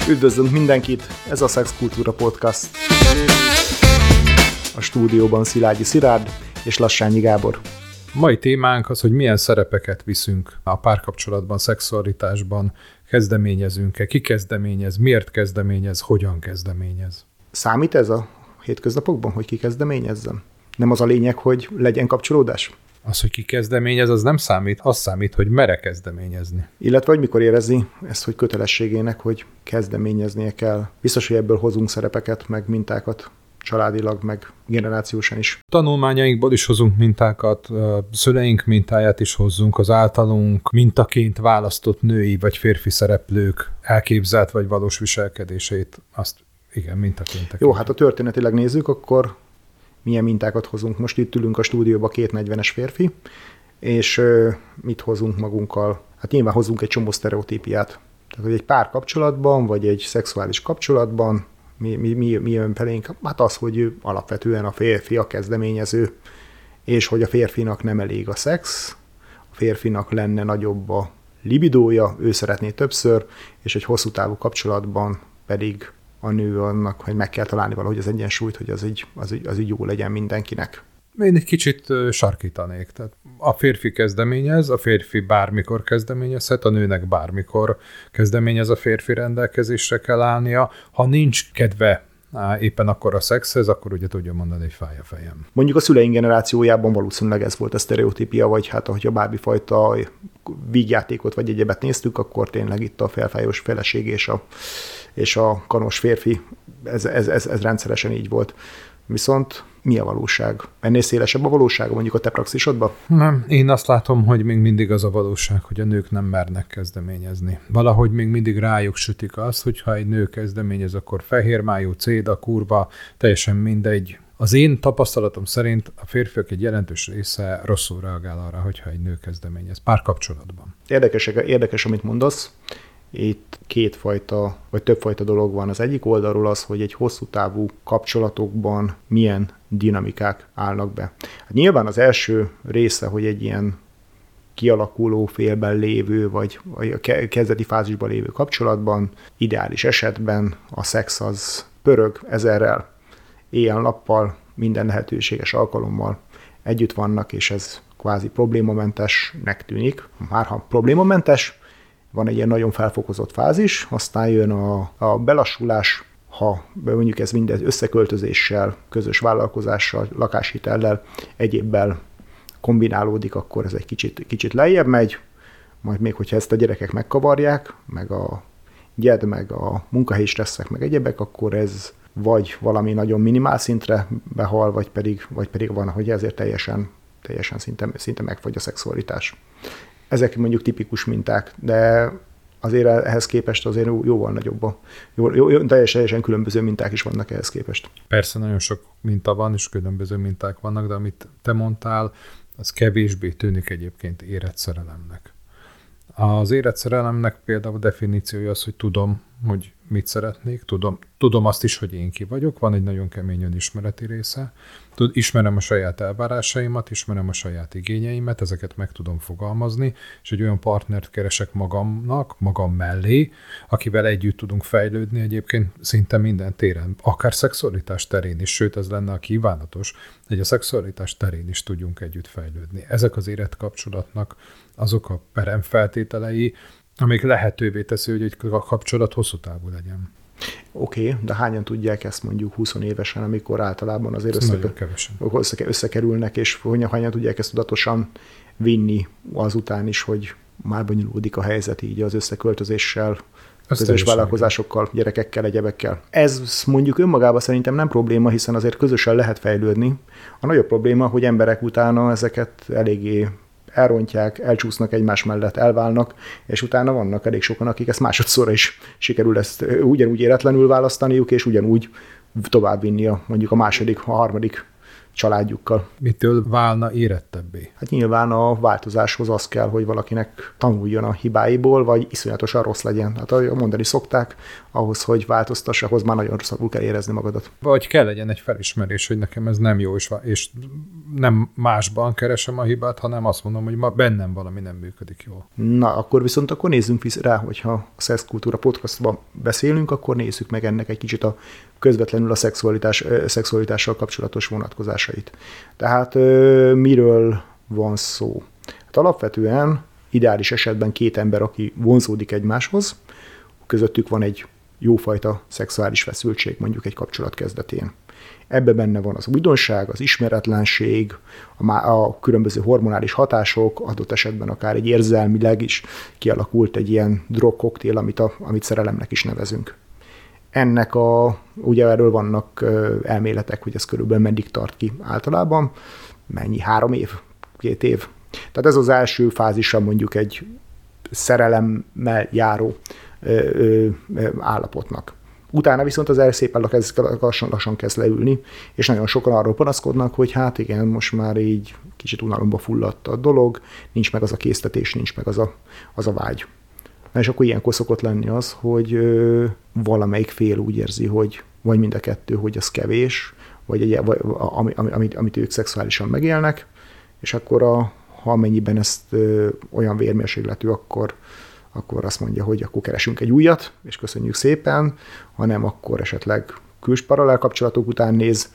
Üdvözlünk mindenkit, ez a Szex Kultúra Podcast. A stúdióban Szilágyi Szilárd és Lassányi Gábor. Mai témánk az, hogy milyen szerepeket viszünk a párkapcsolatban, szexualitásban, kezdeményezünk-e, ki kezdeményez, miért kezdeményez, hogyan kezdeményez. Számít ez a hétköznapokban, hogy ki kezdeményezzen? Nem az a lényeg, hogy legyen kapcsolódás? Az, hogy ki kezdeményez, az nem számít, az számít, hogy mere kezdeményezni. Illetve, hogy mikor érezi ezt, hogy kötelességének, hogy kezdeményeznie kell. Biztos, hogy ebből hozunk szerepeket, meg mintákat családilag, meg generációsan is. Tanulmányainkból is hozunk mintákat, szüleink mintáját is hozzunk, az általunk mintaként választott női vagy férfi szereplők elképzelt vagy valós viselkedését, azt igen, mintaként. Jó, hát ha történetileg nézzük, akkor milyen mintákat hozunk. Most itt ülünk a stúdióban, 240-es férfi, és mit hozunk magunkkal? Hát nyilván hozunk egy csomó sztereotípiát. Tehát, hogy egy párkapcsolatban, vagy egy szexuális kapcsolatban mi jön felénk? Hát az, hogy alapvetően a férfi a kezdeményező, és hogy a férfinak nem elég a szex, a férfinak lenne nagyobb a libidója, ő szeretné többször, és egy hosszú távú kapcsolatban pedig a nő annak, hogy meg kell találni valahogy az egyensúlyt, hogy az így jó legyen mindenkinek. Én egy kicsit sarkítanék. Tehát a férfi kezdeményez, a férfi bármikor kezdeményezhet, a nőnek bármikor kezdeményez, a férfi rendelkezésre kell állnia. Ha nincs kedve éppen akkor a szexhez, akkor ugye tudja mondani, hogy fáj a fejem. Mondjuk a szüleink generációjában valószínűleg ez volt a sztereotípia, vagy hát ahogy a bármifajta vígjátékot vagy egyebet néztük, akkor tényleg itt a felfájós feleség és a kanos férfi, ez rendszeresen így volt. Viszont mi a valóság? Ennél szélesebb a valóság, mondjuk a te praxisodban? Nem, én azt látom, hogy még mindig az a valóság, hogy a nők nem mernek kezdeményezni. Valahogy még mindig rájuk sütik azt, hogy ha egy nő kezdeményez, akkor fehérmájú, céda, kurva, teljesen mindegy. Az én tapasztalatom szerint a férfiak egy jelentős része rosszul reagál arra, hogyha egy nő kezdeményez párkapcsolatban. Érdekes, amit mondasz. Itt kétfajta, vagy többfajta dolog van. Az egyik oldalról az, hogy egy hosszú távú kapcsolatokban milyen dinamikák állnak be. Hát nyilván az első része, hogy egy ilyen kialakuló félben lévő, vagy a kezdeti fázisban lévő kapcsolatban, ideális esetben a szex az pörög ezerrel, éjjel-nappal, minden lehetőséges alkalommal együtt vannak, és ez kvázi problémamentesnek tűnik. Már ha problémamentes, van egy ilyen nagyon felfokozott fázis, aztán jön a belassulás, ha mondjuk ez mindez összeköltözéssel, közös vállalkozással, lakáshitellel, egyébbel kombinálódik, akkor ez egy kicsit lejjebb megy, majd még hogyha ezt a gyerekek megkavarják, meg a gyed, meg a munkahelyi stresszek, meg egyebek, akkor ez vagy valami nagyon minimál szintre behal, vagy pedig van, hogy ezért teljesen szinte megfagy a szexualitás. Ezek mondjuk tipikus minták, de azért ehhez képest azért jóval nagyobb. Teljesen különböző minták is vannak ehhez képest. Persze nagyon sok minta van, és különböző minták vannak, de amit te mondtál, az kevésbé tűnik egyébként érett szerelemnek. Az érett szerelemnek például definíciója az, hogy tudom, hogy mit szeretnék, tudom azt is, hogy én ki vagyok, van egy nagyon kemény önismereti része, ismerem a saját elvárásaimat, ismerem a saját igényeimet, ezeket meg tudom fogalmazni, és egy olyan partnert keresek magam mellé, akivel együtt tudunk fejlődni egyébként szinte minden téren, akár szexualitás terén is, sőt ez lenne a kívánatos, hogy a szexualitás terén is tudjunk együtt fejlődni. Ezek az érett kapcsolatnak azok a peremfeltételei, amik lehetővé teszi, hogy egy kapcsolat hosszú távú legyen. Oké, de hányan tudják ezt mondjuk 20 évesen, amikor általában azért összekerülnek, és hányan tudják ezt tudatosan vinni azután is, hogy már bonyolódik a helyzet így az összeköltözéssel, közös vállalkozásokkal, gyerekekkel, egyebekkel. Ez mondjuk önmagában szerintem nem probléma, hiszen azért közösen lehet fejlődni. A nagyobb probléma, hogy emberek utána ezeket eléggé elrontják, elcsúsznak egymás mellett, elválnak, és utána vannak elég sokan, akik ezt másodszorra is sikerül ezt ugyanúgy éretlenül választaniuk, és ugyanúgy továbbvinni mondjuk a második, a harmadik családjukkal. Mitől válna érettebbé? Hát nyilván a változáshoz az kell, hogy valakinek tanuljon a hibáiból, vagy iszonyatosan rossz legyen. Hát ahogy mondani szokták, ahhoz, hogy változtass, ahhoz már nagyon rosszul kell érezni magadat. Vagy kell legyen egy felismerés, hogy nekem ez nem jó, és nem másban keresem a hibát, hanem azt mondom, hogy ma bennem valami nem működik jól. Na, akkor nézzünk vissza rá, hogyha a Szexkultúra podcastban beszélünk, akkor nézzük meg ennek egy kicsit a közvetlenül a szexualitással kapcsolatos vonatkozásait. Tehát miről van szó? Hát alapvetően ideális esetben két ember, aki vonzódik egymáshoz, közöttük van egy jófajta szexuális feszültség, mondjuk egy kapcsolat kezdetén. Ebben benne van az újdonság, az ismeretlenség, a különböző hormonális hatások, adott esetben akár egy érzelmileg is kialakult egy ilyen drogkoktél, amit szerelemnek is nevezünk. Ennek ugye erről vannak elméletek, hogy ez körülbelül meddig tart ki általában. Mennyi? 3 év? 2 év? Tehát ez az első fázisa mondjuk egy szerelemmel járó állapotnak. Utána viszont az szépen lassan kezd leülni, és nagyon sokan arról panaszkodnak, hogy hát igen, most már így kicsit unalomba fulladt a dolog, nincs meg az a késztetés, nincs meg az a vágy. Na és akkor ilyenkor szokott lenni az, hogy valamelyik fél úgy érzi, hogy vagy mind a kettő, hogy az kevés, vagy amit ők szexuálisan megélnek, és akkor ha amennyiben ezt olyan vérmérsékletű, akkor azt mondja, hogy akkor keresünk egy újat, és köszönjük szépen, hanem akkor esetleg paralel kapcsolatok után néz,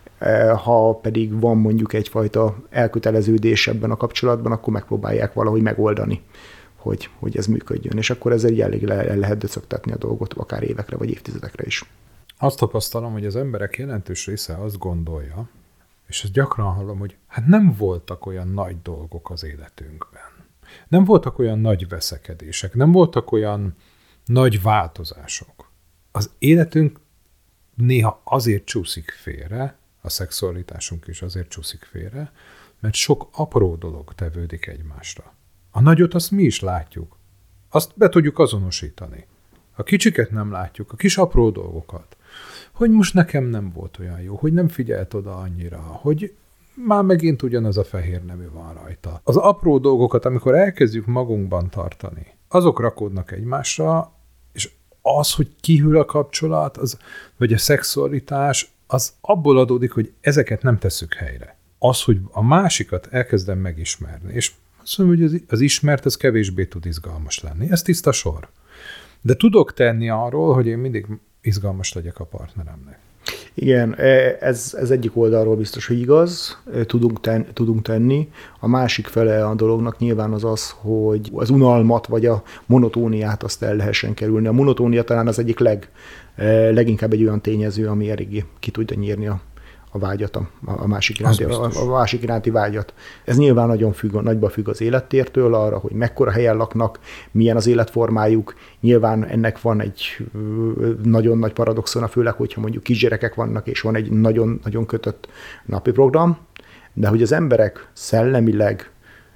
ha pedig van mondjuk egyfajta elköteleződés ebben a kapcsolatban, akkor megpróbálják valahogy megoldani, hogy ez működjön. És akkor ezzel elég lehet döcögtetni a dolgot, akár évekre vagy évtizedekre is. Azt tapasztalom, hogy az emberek jelentős része azt gondolja, és ezt gyakran hallom, hogy hát nem voltak olyan nagy dolgok az életünkben. Nem voltak olyan nagy veszekedések, nem voltak olyan nagy változások. Az életünk néha azért csúszik félre, a szexualitásunk is azért csúszik félre, mert sok apró dolog tevődik egymásra. A nagyot azt mi is látjuk. Azt be tudjuk azonosítani. A kicsiket nem látjuk, a kis apró dolgokat. Hogy most nekem nem volt olyan jó, hogy nem figyelt oda annyira, hogy már megint ugyanaz a fehér nemű van rajta. Az apró dolgokat, amikor elkezdjük magunkban tartani, azok rakódnak egymásra, és az, hogy kihűl a kapcsolat, vagy a szexualitás, az abból adódik, hogy ezeket nem tesszük helyre. Az, hogy a másikat elkezdem megismerni, és azt mondom, hogy az ismert, ez kevésbé tud izgalmas lenni. Ez tiszta sor. De tudok tenni arról, hogy én mindig izgalmas legyek a partneremnek. Igen, ez egyik oldalról biztos, hogy igaz, tudunk tenni. A másik fele a dolognak nyilván az, hogy az unalmat vagy a monotóniát azt el lehessen kerülni. A monotónia talán az egyik leginkább egy olyan tényező, ami eléggé ki tudja nyírni a vágyat, a másik iránti vágyat. Ez nyilván nagyon nagyban függ az élettértől, arra, hogy mekkora helyen laknak, milyen az életformájuk. Nyilván ennek van egy nagyon nagy paradoxona, főleg, hogyha mondjuk kisgyerekek vannak, és van egy nagyon kötött napi program, de hogy az emberek szellemileg,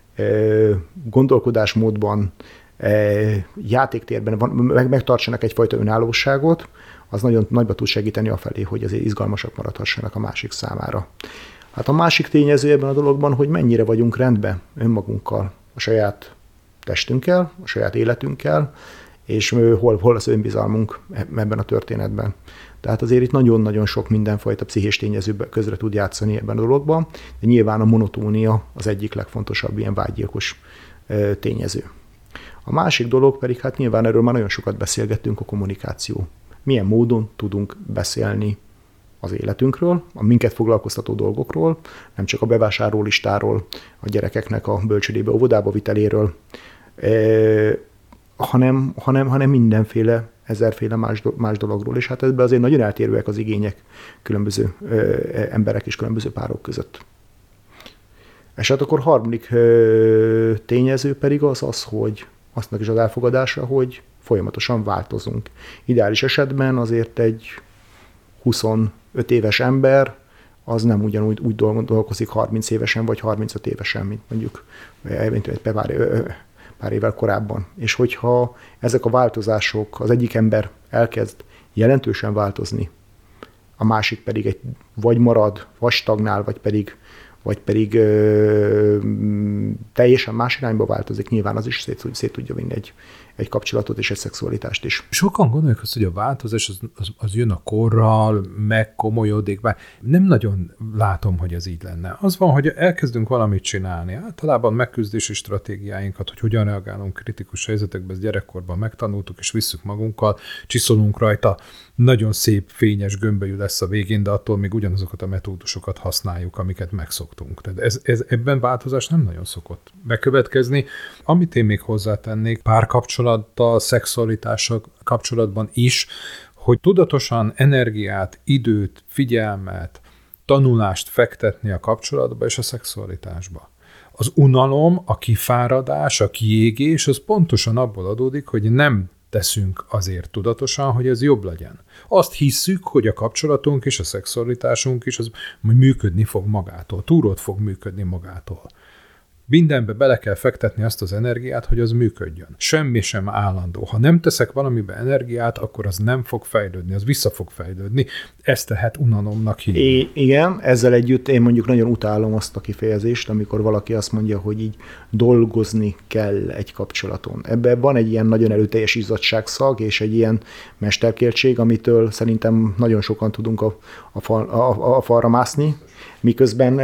gondolkodásmódban, játéktérben megtartsanak egyfajta önállóságot, az nagyon nagyba tud segíteni afelé, hogy azért izgalmasak maradhassanak a másik számára. Hát a másik tényező ebben a dologban, hogy mennyire vagyunk rendben önmagunkkal, a saját testünkkel, a saját életünkkel, és hol az önbizalmunk ebben a történetben. Tehát azért itt nagyon-nagyon sok mindenfajta pszichés tényező közre tud játszani ebben a dologban, de nyilván a monotónia az egyik legfontosabb ilyen vágygyilkos tényező. A másik dolog pedig, hát nyilván erről már nagyon sokat beszélgettünk, a kommunikáció. Milyen módon tudunk beszélni az életünkről, a minket foglalkoztató dolgokról, nem csak a bevásárlólistáról, a gyerekeknek a bölcsődébe, óvodába viteléről, hanem mindenféle, ezerféle más dologról. És hát ebben azért nagyon eltérőek az igények különböző emberek és különböző párok között. És hát akkor harmadik tényező pedig az, hogy aztnak is az elfogadása, hogy folyamatosan változunk. Ideális esetben azért egy 25 éves ember az nem ugyanúgy úgy dolgozik 30 évesen vagy 35 évesen, mint mondjuk pár évvel korábban. És hogyha ezek a változások, az egyik ember elkezd jelentősen változni, a másik pedig vagy marad, vagy stagnál, vagy pedig teljesen más irányba változik, nyilván az is szét tudja vinni egy kapcsolatot és egy szexualitást is. Sokan gondolják azt, hogy a változás az jön a korral, megkomolyodik, bár nem nagyon látom, hogy ez így lenne. Az van, hogy elkezdünk valamit csinálni. Általában megküzdési stratégiáinkat, hogy hogyan reagálunk kritikus helyzetekben, ezt gyerekkorban megtanultuk, és visszük magunkkal, csiszolunk rajta, nagyon szép, fényes gömbölyű lesz a végén, de attól még ugyanazokat a metódusokat használjuk, amiket megszoktunk. Tehát ebben változás nem nagyon szokott bekövetkezni. Amit én még hozzátennék, párkapcsolattal, szexualitással kapcsolatban is, hogy tudatosan energiát, időt, figyelmet, tanulást fektetni a kapcsolatba és a szexualitásba. Az unalom, a kifáradás, a kiégés, az pontosan abból adódik, hogy nem teszünk azért tudatosan, hogy ez jobb legyen. Azt hisszük, hogy a kapcsolatunk és a szexualitásunk is az működni fog magától, túrót fog működni magától. Mindenbe bele kell fektetni azt az energiát, hogy az működjön. Semmi sem állandó. Ha nem teszek valamibe energiát, akkor az nem fog fejlődni, az vissza fog fejlődni. Ezt tehát unalomnak hívni. Igen, ezzel együtt én mondjuk nagyon utálom azt a kifejezést, amikor valaki azt mondja, hogy így dolgozni kell egy kapcsolaton. Ebben van egy ilyen nagyon erőteljes izzadságszag, és egy ilyen mesterkértség, amitől szerintem nagyon sokan tudunk a falra mászni, miközben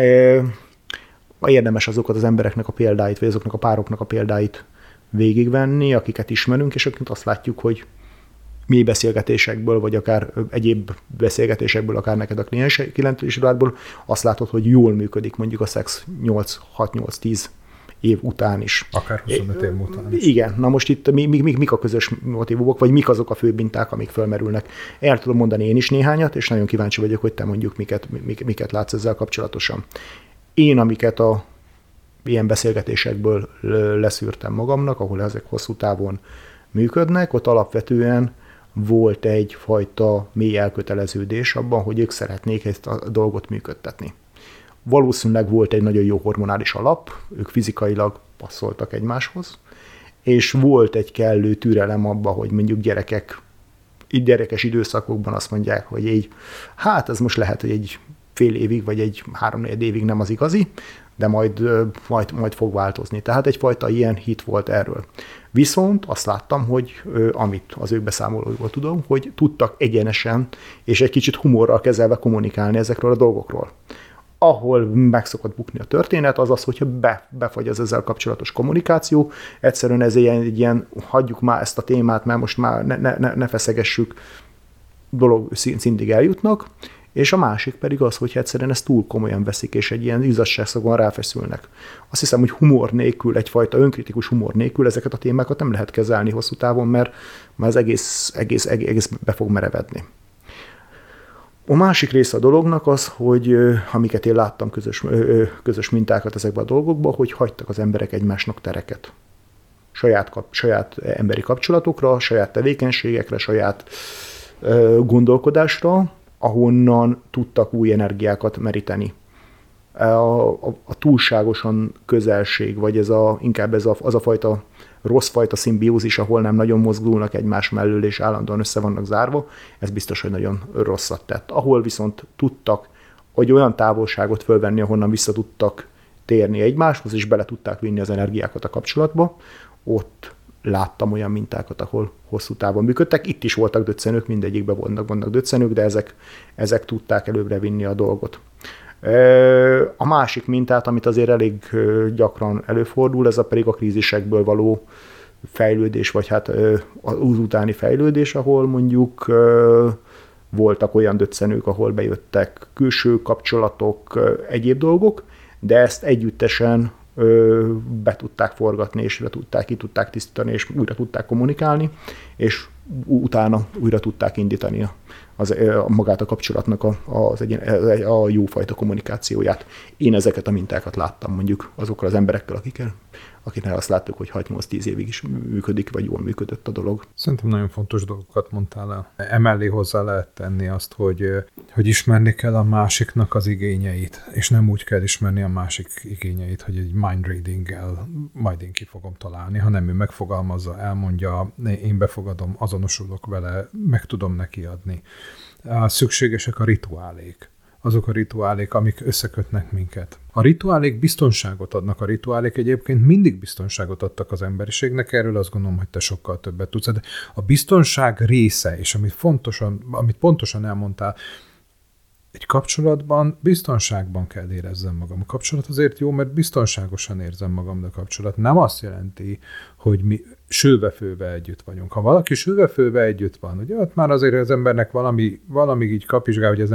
érdemes azokat az embereknek a példáit, vagy azoknak a pároknak a példáit végigvenni, akiket ismerünk, és akik azt látjuk, hogy mi beszélgetésekből, vagy akár egyéb beszélgetésekből, akár neked a klientelésről azt látod, hogy jól működik mondjuk a szex 6-8-10 év után is. Akár 25 év után is. Igen, na most itt mik a közös motívumok, vagy mik azok a fő minták, amik fölmerülnek. El tudom mondani én is néhányat, és nagyon kíváncsi vagyok, hogy te mondjuk miket látsz ezzel kapcsolatosan. Én, amiket a ilyen beszélgetésekből leszűrtem magamnak, ahol ezek hosszú távon működnek, ott alapvetően volt egyfajta mély elköteleződés abban, hogy ők szeretnék ezt a dolgot működtetni. Valószínűleg volt egy nagyon jó hormonális alap, ők fizikailag passzoltak egymáshoz, és volt egy kellő türelem abban, hogy mondjuk gyerekes időszakokban azt mondják, hogy így, hát ez most lehet, hogy egy fél évig, vagy egy 3-4 évig nem az igazi, de majd fog változni. Tehát egyfajta ilyen hit volt erről. Viszont azt láttam, hogy amit az ők beszámolóiból tudom, hogy tudtak egyenesen és egy kicsit humorral kezelve kommunikálni ezekről a dolgokról. Ahol meg szokott bukni a történet, az az, hogyha befagy az ezzel kapcsolatos kommunikáció, egyszerűen ez egy ilyen hagyjuk már ezt a témát, mert most már ne feszegessük, dolog szintig eljutnak, és a másik pedig az, hogy egyszerűen ezt túl komolyan veszik, és egy ilyen izzadságszagon ráfeszülnek. Azt hiszem, hogy humor nélkül, egyfajta önkritikus humor nélkül ezeket a témákat nem lehet kezelni hosszú távon, mert az egész be fog merevedni. A másik része a dolognak az, hogy amiket én láttam közös mintákat ezekben a dolgokban, hogy hagytak az emberek egymásnak tereket. Saját emberi kapcsolatokra, saját tevékenységekre, saját gondolkodásra, ahonnan tudtak új energiákat meríteni. A túlságosan közelség, vagy inkább az a fajta rossz fajta szimbiózis, ahol nem nagyon mozgulnak egymás mellől, és állandóan össze vannak zárva, ez biztos, hogy nagyon rosszat tett. Ahol viszont tudtak olyan távolságot fölvenni, ahonnan vissza tudtak térni egymáshoz, és bele tudták vinni az energiákat a kapcsolatba, ott láttam olyan mintákat, ahol hosszú távon működtek. Itt is voltak döccenők, mindegyikben vannak döccenők, de ezek tudták előbbre vinni a dolgot. A másik mintát, amit azért elég gyakran előfordul, ez pedig a krízisekből való fejlődés, vagy hát az utáni fejlődés, ahol mondjuk voltak olyan döccenők, ahol bejöttek külső kapcsolatok, egyéb dolgok, de ezt együttesen be tudták forgatni, és ki tudták tisztítani, és újra tudták kommunikálni, és utána újra tudták indítani magát a kapcsolatnak a jófajta kommunikációját. Én ezeket a mintákat láttam mondjuk azokkal az emberekkel, akiknek azt láttuk, hogy 6-8-10 évig is működik, vagy jól működött a dolog. Szerintem nagyon fontos dolgokat mondtál el. Emellé hozzá lehet tenni azt, hogy ismerni kell a másiknak az igényeit, és nem úgy kell ismerni a másik igényeit, hogy egy mind readinggel majd én ki fogom találni, hanem ő megfogalmazza, elmondja, én befogadom, azonosulok vele, meg tudom neki adni. Szükségesek a rituálék. Azok a rituálék, amik összekötnek minket. A rituálék biztonságot adnak. A rituálék egyébként mindig biztonságot adtak az emberiségnek, erről azt gondolom, hogy te sokkal többet tudsz. De a biztonság része, és amit pontosan elmondtál, egy kapcsolatban biztonságban kell érezzem magam. A kapcsolat azért jó, mert biztonságosan érzem magam, de a kapcsolat nem azt jelenti, hogy mi sülve-főve együtt vagyunk. Ha valaki sülve-főve együtt van, ugye ott már azért az embernek valami így kapizsgál, hogy ez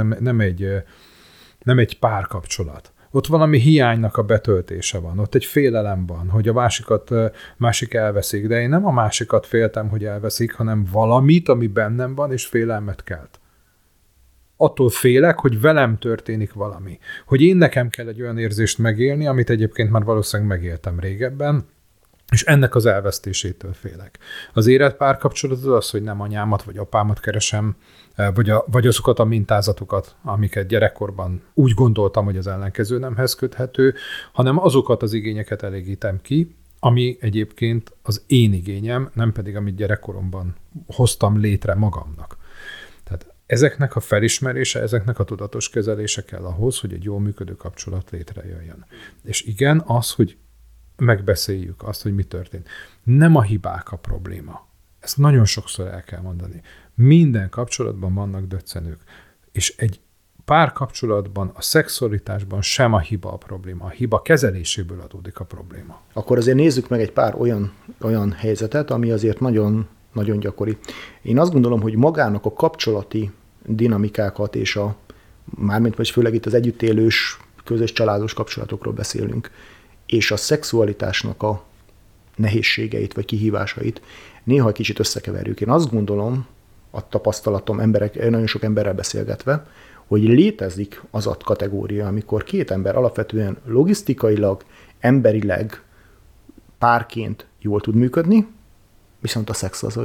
nem egy párkapcsolat. Ott valami hiánynak a betöltése van, ott egy félelem van, hogy a másik elveszik, de én nem a másikat féltem, hogy elveszik, hanem valamit, ami bennem van, és félelmet kelt. Attól félek, hogy velem történik valami. Hogy én nekem kell egy olyan érzést megélni, amit egyébként már valószínűleg megéltem régebben, és ennek az elvesztésétől félek. Az érett párkapcsolat az, hogy nem anyámat vagy apámat keresem, vagy azokat a mintázatokat, amiket gyerekkorban úgy gondoltam, hogy az ellenkező nemhez köthető, hanem azokat az igényeket elégítem ki, ami egyébként az én igényem, nem pedig amit gyerekkoromban hoztam létre magamnak. Tehát ezeknek a felismerése, ezeknek a tudatos kezelése kell ahhoz, hogy egy jól működő kapcsolat létrejöjjön. És igen, az, hogy megbeszéljük azt, hogy mi történt. Nem a hibák a probléma. Ezt nagyon sokszor el kell mondani. Minden kapcsolatban vannak döccenők. És egy párkapcsolatban, a szexualitásban sem a hiba a probléma. A hiba kezeléséből adódik a probléma. Akkor azért nézzük meg egy pár olyan helyzetet, ami azért nagyon, nagyon gyakori. Én azt gondolom, hogy magának a kapcsolati dinamikákat és mármint vagy főleg itt az együttélős, közös családos kapcsolatokról beszélünk, és a szexualitásnak a nehézségeit vagy kihívásait néha kicsit összekeverjük. Én azt gondolom, a tapasztalatom nagyon sok emberrel beszélgetve, hogy létezik az a kategória, amikor két ember alapvetően logisztikailag, emberileg párként jól tud működni, viszont a szex az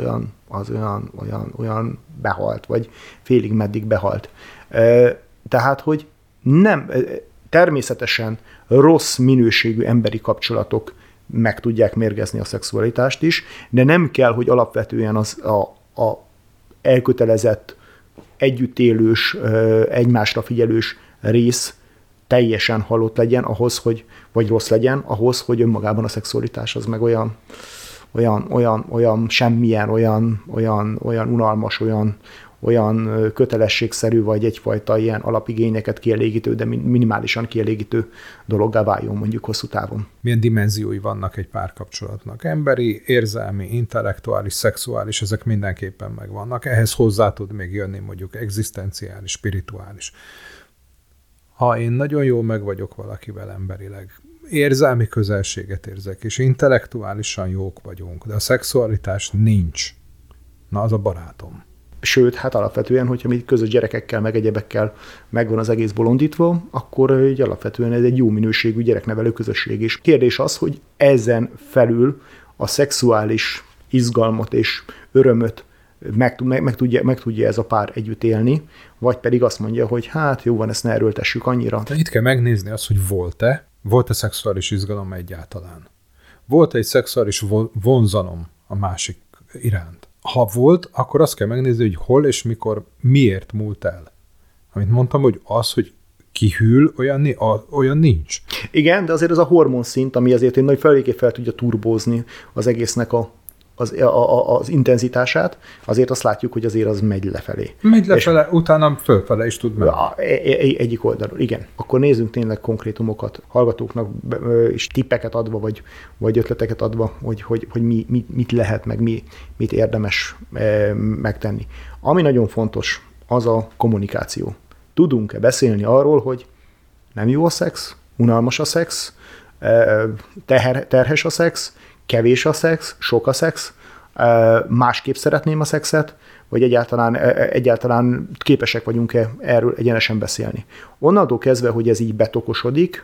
olyan behalt, vagy félig meddig behalt. Tehát, hogy nem, természetesen rossz minőségű emberi kapcsolatok meg tudják mérgezni a szexualitást is, de nem kell, hogy alapvetően a elkötelezett, együttélős, egymásra figyelős rész teljesen halott legyen ahhoz, vagy rossz legyen ahhoz, hogy önmagában a szexualitás az meg olyan semmilyen, olyan unalmas, olyan kötelességszerű, vagy egyfajta ilyen alapigényeket kielégítő, de minimálisan kielégítő dologgá váljon mondjuk hosszú távon. Milyen dimenziói vannak egy párkapcsolatnak? Emberi, érzelmi, intellektuális, szexuális, ezek mindenképpen megvannak. Ehhez hozzá tud még jönni mondjuk egzisztenciális, spirituális. Ha én nagyon jól meg vagyok valakivel emberileg, érzelmi közelséget érzek, és intellektuálisan jók vagyunk, de a szexualitás nincs. Na, az a barátom. Sőt, hát alapvetően, hogyha mi közös gyerekekkel, meg egyebekkel megvan az egész bolondítva, akkor alapvetően ez egy jó minőségű gyereknevelő közösség is. Kérdés az, hogy ezen felül a szexuális izgalmat és örömöt meg tudja ez a pár együtt élni, vagy pedig azt mondja, hogy hát jó van, ezt ne erőltessük annyira. De itt kell megnézni azt, hogy volt-e szexuális izgalom egyáltalán. Volt-e egy szexuális vonzalom a másik iránt? Ha volt, akkor azt kell megnézni, hogy hol és mikor, miért múlt el. Amit mondtam, hogy az, hogy kihűl, olyan nincs. Igen, de azért az a hormonszint, ami azért egy nagy feléké fel tudja turbózni az egésznek az intenzitását, azért azt látjuk, hogy azért az megy lefelé. Megy lefelé, utána fölfele is tud menni. Egyik oldalról, igen. Akkor nézzünk tényleg konkrétumokat, hallgatóknak és tippeket adva, vagy ötleteket adva, hogy mit lehet, meg mit érdemes megtenni. Ami nagyon fontos, az a kommunikáció. Tudunk-e beszélni arról, hogy nem jó a szex, unalmas a szex, terhes a szex, kevés a szex, sok a szex, másképp szeretném a szexet, vagy egyáltalán képesek vagyunk-e erről egyenesen beszélni. Onnantól kezdve, hogy ez így betokosodik,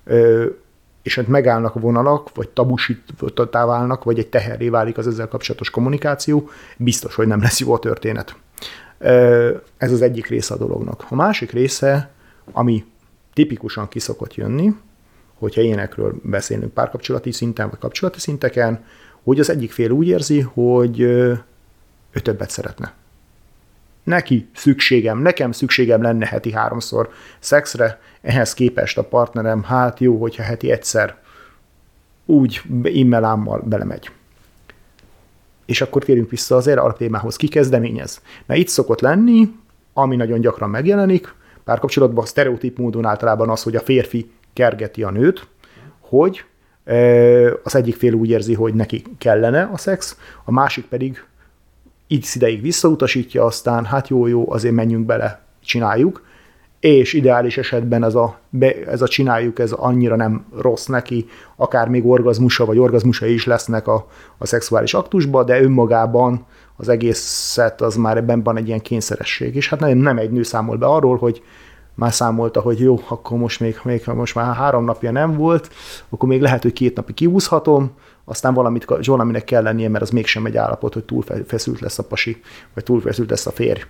és megállnak a vonalak, vagy tabusítottá válnak, vagy egy teherré válik az ezzel kapcsolatos kommunikáció, biztos, hogy nem lesz jó a történet. Ez az egyik része a dolognak. A másik része, ami tipikusan ki szokott jönni, hogyha ilyenekről beszélünk párkapcsolati szinten, vagy kapcsolati szinteken, hogy az egyik fél úgy érzi, hogy ő többet szeretne. nekem szükségem lenne heti 3-szor szexre, ehhez képest a partnerem, hát jó, hogyha heti egyszer úgy immelámmal belemegy. És akkor térjünk vissza az erre alaptémához, ki kezdeményez. Na itt szokott lenni, ami nagyon gyakran megjelenik, párkapcsolatban sztereotíp módon általában az, hogy a férfi kergeti a nőt, hogy az egyik fél úgy érzi, hogy neki kellene a szex, a másik pedig ideig visszautasítja, aztán hát jó, azért menjünk bele, csináljuk, és ideális esetben ez a csináljuk, ez annyira nem rossz neki, akár még orgazmusa vagy orgazmusai is lesznek a szexuális aktusban, de önmagában az egészet az már ebben van egy ilyen kényszeresség. És hát nem egy nő számol be arról, hogy már számolta, hogy jó, akkor most már 3 napja nem volt, akkor még lehet, hogy 2 napig kiúszhatom, aztán valaminek kell lennie, mert az mégsem egy állapot, hogy túlfeszült lesz a pasi, vagy túlfeszült lesz a férj.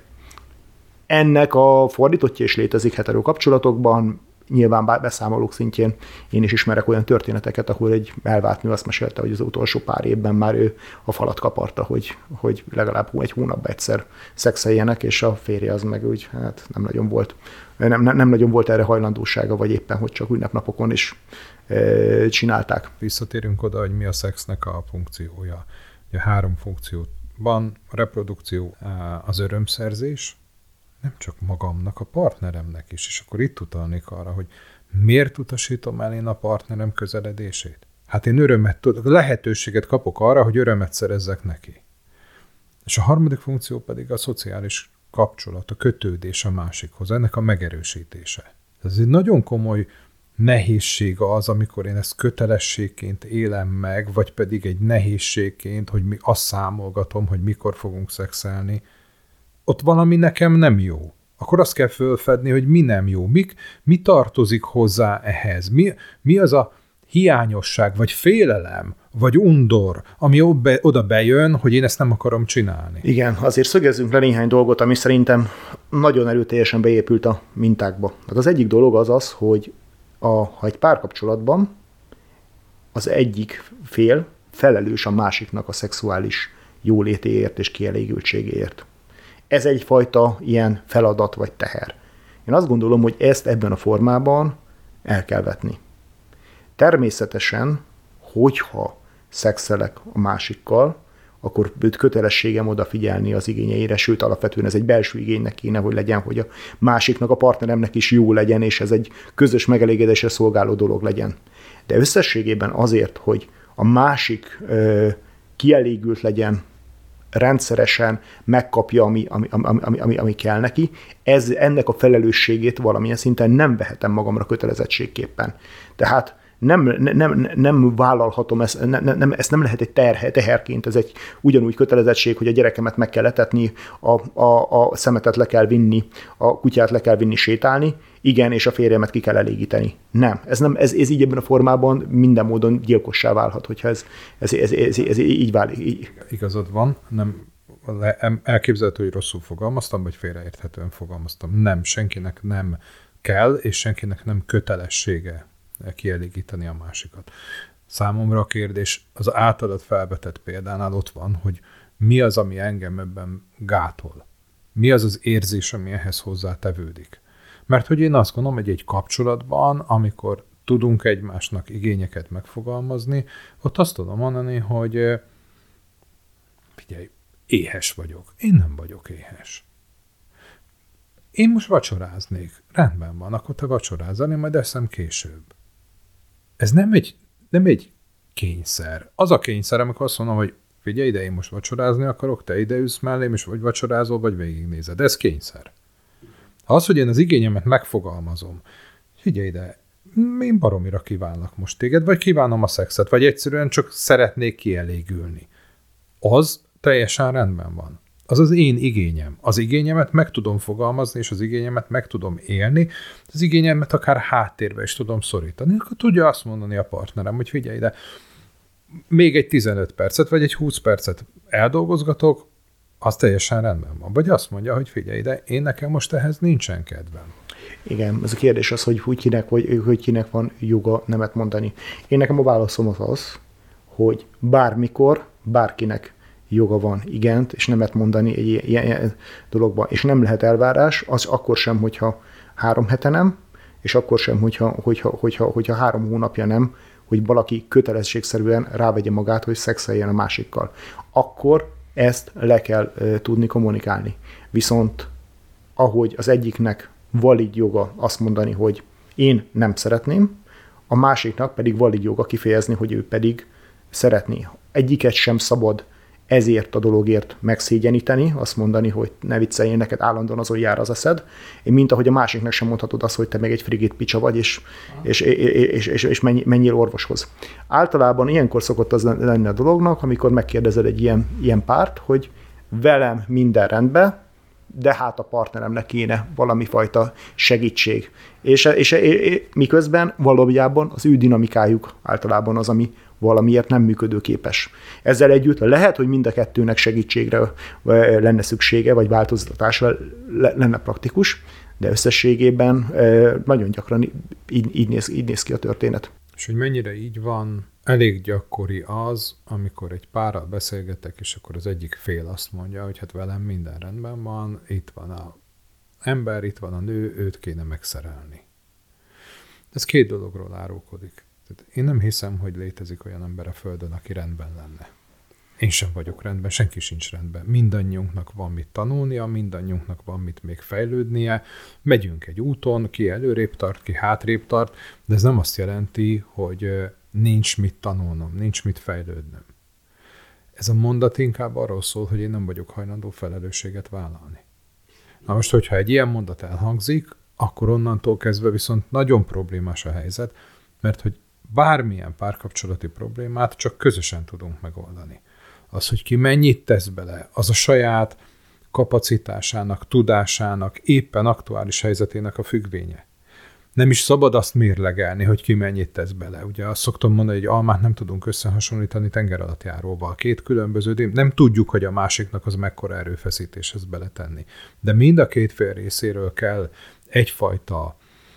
Ennek a fordítottja is létezik hetero kapcsolatokban, nyilván beszámolók szintjén én is ismerek olyan történeteket, ahol egy elvált nő azt mesélte, hogy az utolsó pár évben már ő a falat kaparta, hogy legalább egy hónapban egyszer szexeljenek, és a férje az meg úgy, hát nem nagyon volt erre hajlandósága, vagy éppen, hogy csak ünnepnapokon is csinálták. Visszatérünk oda, hogy mi a szexnek a funkciója. Ugye 3 funkció van, a reprodukció, az örömszerzés, nem csak magamnak, a partneremnek is. És akkor itt utalnék arra, hogy miért utasítom el én a partnerem közeledését? Hát én lehetőséget kapok arra, hogy örömet szerezzek neki. És a 3. funkció pedig a szociális kapcsolat, a kötődés a másikhoz, ennek a megerősítése. Ez egy nagyon komoly nehézség az, amikor én ezt kötelességként élem meg, vagy pedig egy nehézségként, hogy azt számolgatom, hogy mikor fogunk szexelni. Ott valami nekem nem jó. Akkor azt kell fölfedni, hogy mi nem jó. Mi tartozik hozzá ehhez? Mi az a hiányosság, vagy félelem, vagy undor, ami oda bejön, hogy én ezt nem akarom csinálni. Igen, azért szögezzünk le néhány dolgot, ami szerintem nagyon erőteljesen beépült a mintákba. Hát az egyik dolog az, hogy ha egy párkapcsolatban az egyik fél felelős a másiknak a szexuális jólétéért és kielégültségéért. Ez egyfajta ilyen feladat vagy teher. Én azt gondolom, hogy ezt ebben a formában el kell vetni. Természetesen, hogyha szexelek a másikkal, akkor kötelességem odafigyelni az igényeire, sőt alapvetően ez egy belső igénynek kéne, hogy legyen, hogy a másiknak, a partneremnek is jó legyen, és ez egy közös megelégedésre szolgáló dolog legyen. De összességében azért, hogy a másik kielégült legyen, rendszeresen megkapja, ami kell neki, ennek a felelősségét valamilyen szinten nem vehetem magamra kötelezettségképpen. Tehát nem vállalhatom, ezt nem lehet egy teherként, ez egy ugyanúgy kötelezettség, hogy a gyerekemet meg kell etetni, a szemetet le kell vinni, a kutyát le kell vinni sétálni, igen, és a férjemet ki kell elégíteni. Nem, ez így ebben a formában minden módon gyilkossá válhat, hogyha ez így válik. Igazad van, elképzelhető, hogy rosszul fogalmaztam, vagy félreérthetően fogalmaztam. Nem, senkinek nem kell, és senkinek nem kötelessége kielégíteni a másikat. Számomra a kérdés az általad felvetett példánál ott van, hogy mi az, ami engem ebben gátol. Mi az az érzés, ami ehhez hozzátevődik. Mert hogy én azt gondolom, hogy egy kapcsolatban, amikor tudunk egymásnak igényeket megfogalmazni, ott azt tudom mondani, hogy figyelj, éhes vagyok. Én nem vagyok éhes. Én most vacsoráznék. Rendben van, akkor te vacsorázzal, én majd eszem később. Ez nem egy kényszer. Az a kényszer, amikor azt mondom, hogy figyelj ide, én most vacsorázni akarok, te ide ülsz mellém, és vagy vacsorázol, vagy végignézed. Ez kényszer. Ha az, hogy én az igényemet megfogalmazom, figyelj ide, én baromira kívánlak most téged, vagy kívánom a szexet, vagy egyszerűen csak szeretnék kielégülni. Az teljesen rendben van. Az az én igényem. Az igényemet meg tudom fogalmazni, és az igényemet meg tudom élni, az igényemet akár háttérbe is tudom szorítani. Akkor tudja azt mondani a partnerem, hogy figyelj ide, még egy 15 percet, vagy egy 20 percet eldolgozgatok, az teljesen rendben van. Vagy azt mondja, hogy figyelj ide, én nekem most ehhez nincsen kedvem. Igen, ez a kérdés az, hogy kinek van joga nemet mondani. Én nekem a válaszom az, hogy bármikor, bárkinek joga van igent, és nemet mondani egy ilyen dologban, és nem lehet elvárás, az akkor sem, hogyha 3 hete nem, és akkor sem, hogyha 3 hónapja nem, hogy valaki kötelességszerűen rávegye magát, hogy szexeljen a másikkal. Akkor ezt le kell tudni kommunikálni. Viszont ahogy az egyiknek valid joga azt mondani, hogy én nem szeretném, a másiknak pedig valid joga kifejezni, hogy ő pedig szeretné. Egyiket sem szabad ezért a dologért megszégyeníteni, azt mondani, hogy ne vicceljél, neked állandóan azon jár az eszed, mint ahogy a másiknak sem mondhatod azt, hogy te meg egy frigid picsa vagy, és menjél orvoshoz. Általában ilyenkor szokott az lenni a dolognak, amikor megkérdezed egy ilyen párt, hogy velem minden rendben, de hát a partneremnek kéne valami fajta segítség. És miközben valójában az ő dinamikájuk általában az, ami valamiért nem működőképes. Ezzel együtt lehet, hogy mind a kettőnek segítségre lenne szüksége, vagy változtatásra lenne praktikus, de összességében nagyon gyakran így néz ki a történet. És hogy mennyire így van, elég gyakori az, amikor egy párral beszélgetek, és akkor az egyik fél azt mondja, hogy hát velem minden rendben van, itt van az ember, itt van a nő, őt kéne megszerelni. Ez 2 dologról árulkodik. Tehát én nem hiszem, hogy létezik olyan ember a Földön, aki rendben lenne. Én sem vagyok rendben, senki sincs rendben. Mindannyiunknak van mit tanulnia, mindannyiunknak van mit még fejlődnie. Megyünk egy úton, ki előrébb tart, ki hátrébb tart, de ez nem azt jelenti, hogy nincs mit tanulnom, nincs mit fejlődnöm. Ez a mondat inkább arról szól, hogy én nem vagyok hajlandó felelősséget vállalni. Na most, hogyha egy ilyen mondat elhangzik, akkor onnantól kezdve viszont nagyon problémás a helyzet, mert hogy bármilyen párkapcsolati problémát csak közösen tudunk megoldani. Az, hogy ki mennyit tesz bele, az a saját kapacitásának, tudásának, éppen aktuális helyzetének a függvénye. Nem is szabad azt mérlegelni, hogy ki mennyit tesz bele. Ugye azt szoktam mondani, hogy almát nem tudunk összehasonlítani tengeralattjáróval. 2 különböző, nem tudjuk, hogy a másiknak az mekkora erőfeszítéshez beletenni. De mind a 2 fél részéről kell egyfajta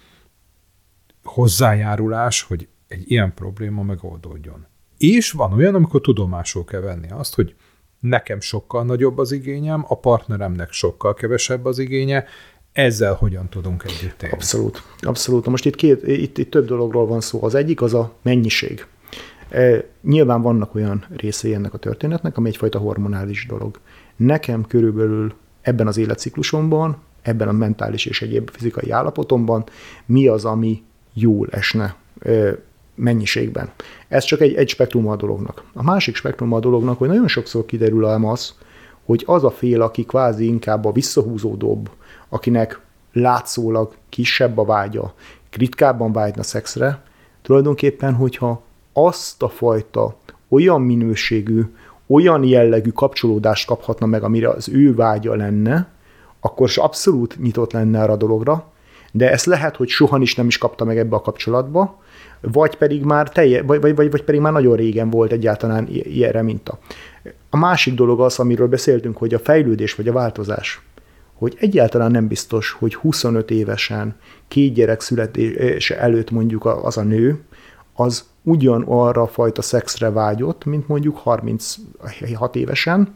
hozzájárulás, hogy egy ilyen probléma megoldódjon. És van olyan, amikor tudomásul kell venni azt, hogy nekem sokkal nagyobb az igényem, a partneremnek sokkal kevesebb az igénye, ezzel hogyan tudunk együtt élni? Abszolút. Abszolút. Most itt több dologról van szó. Az egyik az a mennyiség. Nyilván vannak olyan részei ennek a történetnek, ami egyfajta hormonális dolog. Nekem körülbelül ebben az életciklusomban, ebben a mentális és egyéb fizikai állapotomban mi az, ami jól esne mennyiségben. Ez csak egy spektrum a dolognak. A másik spektrum a dolognak, hogy nagyon sokszor kiderül az, hogy az a fél, aki kvázi inkább a visszahúzódóbb, akinek látszólag kisebb a vágya, ritkábban vágyna szexre, tulajdonképpen, hogyha azt a fajta olyan minőségű, olyan jellegű kapcsolódást kaphatna meg, amire az ő vágya lenne, akkor is abszolút nyitott lenne arra a dologra, de ezt lehet, hogy soha is nem is kapta meg ebbe a kapcsolatba, vagy pedig már vagy pedig már nagyon régen volt egyáltalán ilyenre minta. A másik dolog az, amiről beszéltünk, hogy a fejlődés vagy a változás, hogy egyáltalán nem biztos, hogy 25 évesen 2 gyerek születése előtt mondjuk az a nő, az ugyanarra a fajta szexre vágyott, mint mondjuk 36 évesen,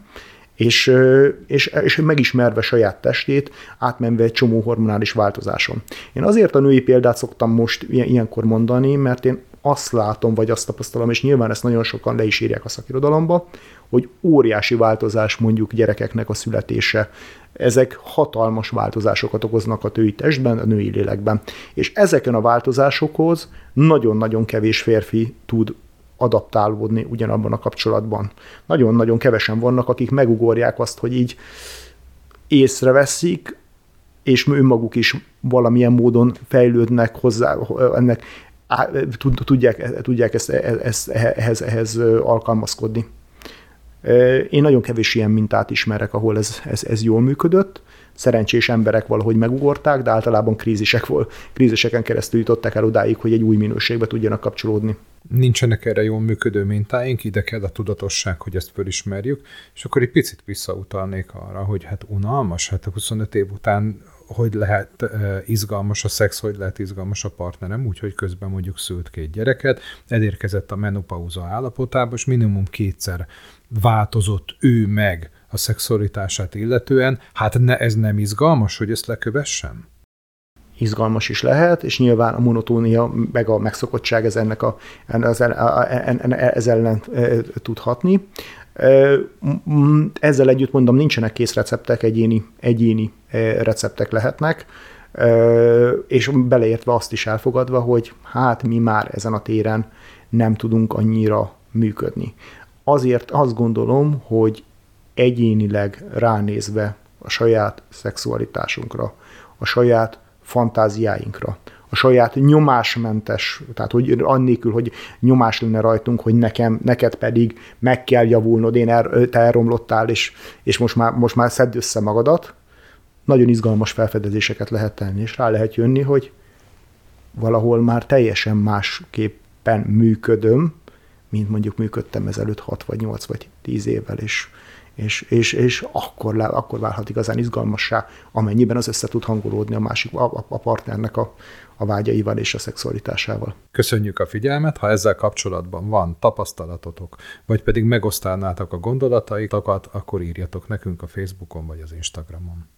és megismerve saját testét, átmenve egy csomó hormonális változáson. Én azért a női példát szoktam most ilyenkor mondani, mert én azt látom, vagy azt tapasztalom, és nyilván ezt nagyon sokan le is írják a szakirodalomba, hogy óriási változás mondjuk gyerekeknek a születése. Ezek hatalmas változásokat okoznak a női testben, a női lélekben. És ezeken a változásokhoz nagyon-nagyon kevés férfi tud adaptálódni ugyanabban a kapcsolatban. Nagyon-nagyon kevesen vannak, akik megugorják azt, hogy így észreveszik, és önmaguk is valamilyen módon fejlődnek hozzá, ennek tudják ehhez alkalmazkodni. Én nagyon kevés ilyen mintát ismerek, ahol ez jól működött. Szerencsés emberek valahogy megugorták, de általában kríziseken keresztül jutottak el odáig, hogy egy új minőségbe tudjanak kapcsolódni. Nincsenek erre jól működő mintáink, ide kell a tudatosság, hogy ezt fölismerjük, és akkor egy picit visszautalnék arra, hogy hát unalmas, hát 25 év után hogy lehet izgalmas a szex, hogy lehet izgalmas a partnerem, úgyhogy közben mondjuk szült 2 gyereket, elérkezett a menopauza állapotába, és minimum 2-szer változott ő meg a szexualitását illetően. Hát ez nem izgalmas, hogy ezt lekövessem? Izgalmas is lehet, és nyilván a monotónia meg a megszokottság ez ellen tudhatni. Ezzel együtt mondom, nincsenek kész receptek, egyéni receptek lehetnek, és beleértve azt is elfogadva, hogy hát mi már ezen a téren nem tudunk annyira működni. Azért azt gondolom, hogy egyénileg ránézve a saját szexualitásunkra, a saját fantáziáinkra, a saját nyomásmentes, tehát hogy annélkül, hogy nyomás lenne rajtunk, hogy neked pedig meg kell javulnod, te elromlottál, és most már szedd össze magadat, nagyon izgalmas felfedezéseket lehet tenni, és rá lehet jönni, hogy valahol már teljesen másképpen működöm, mint mondjuk működtem ezelőtt 6 vagy 8 vagy 10 évvel, és akkor válhat igazán izgalmassá, amennyiben az össze tud hangolódni a partnernek a vágyaival és a szexualitásával. Köszönjük a figyelmet, ha ezzel kapcsolatban van tapasztalatotok, vagy pedig megosztanátok a gondolataitokat, akkor írjatok nekünk a Facebookon vagy az Instagramon.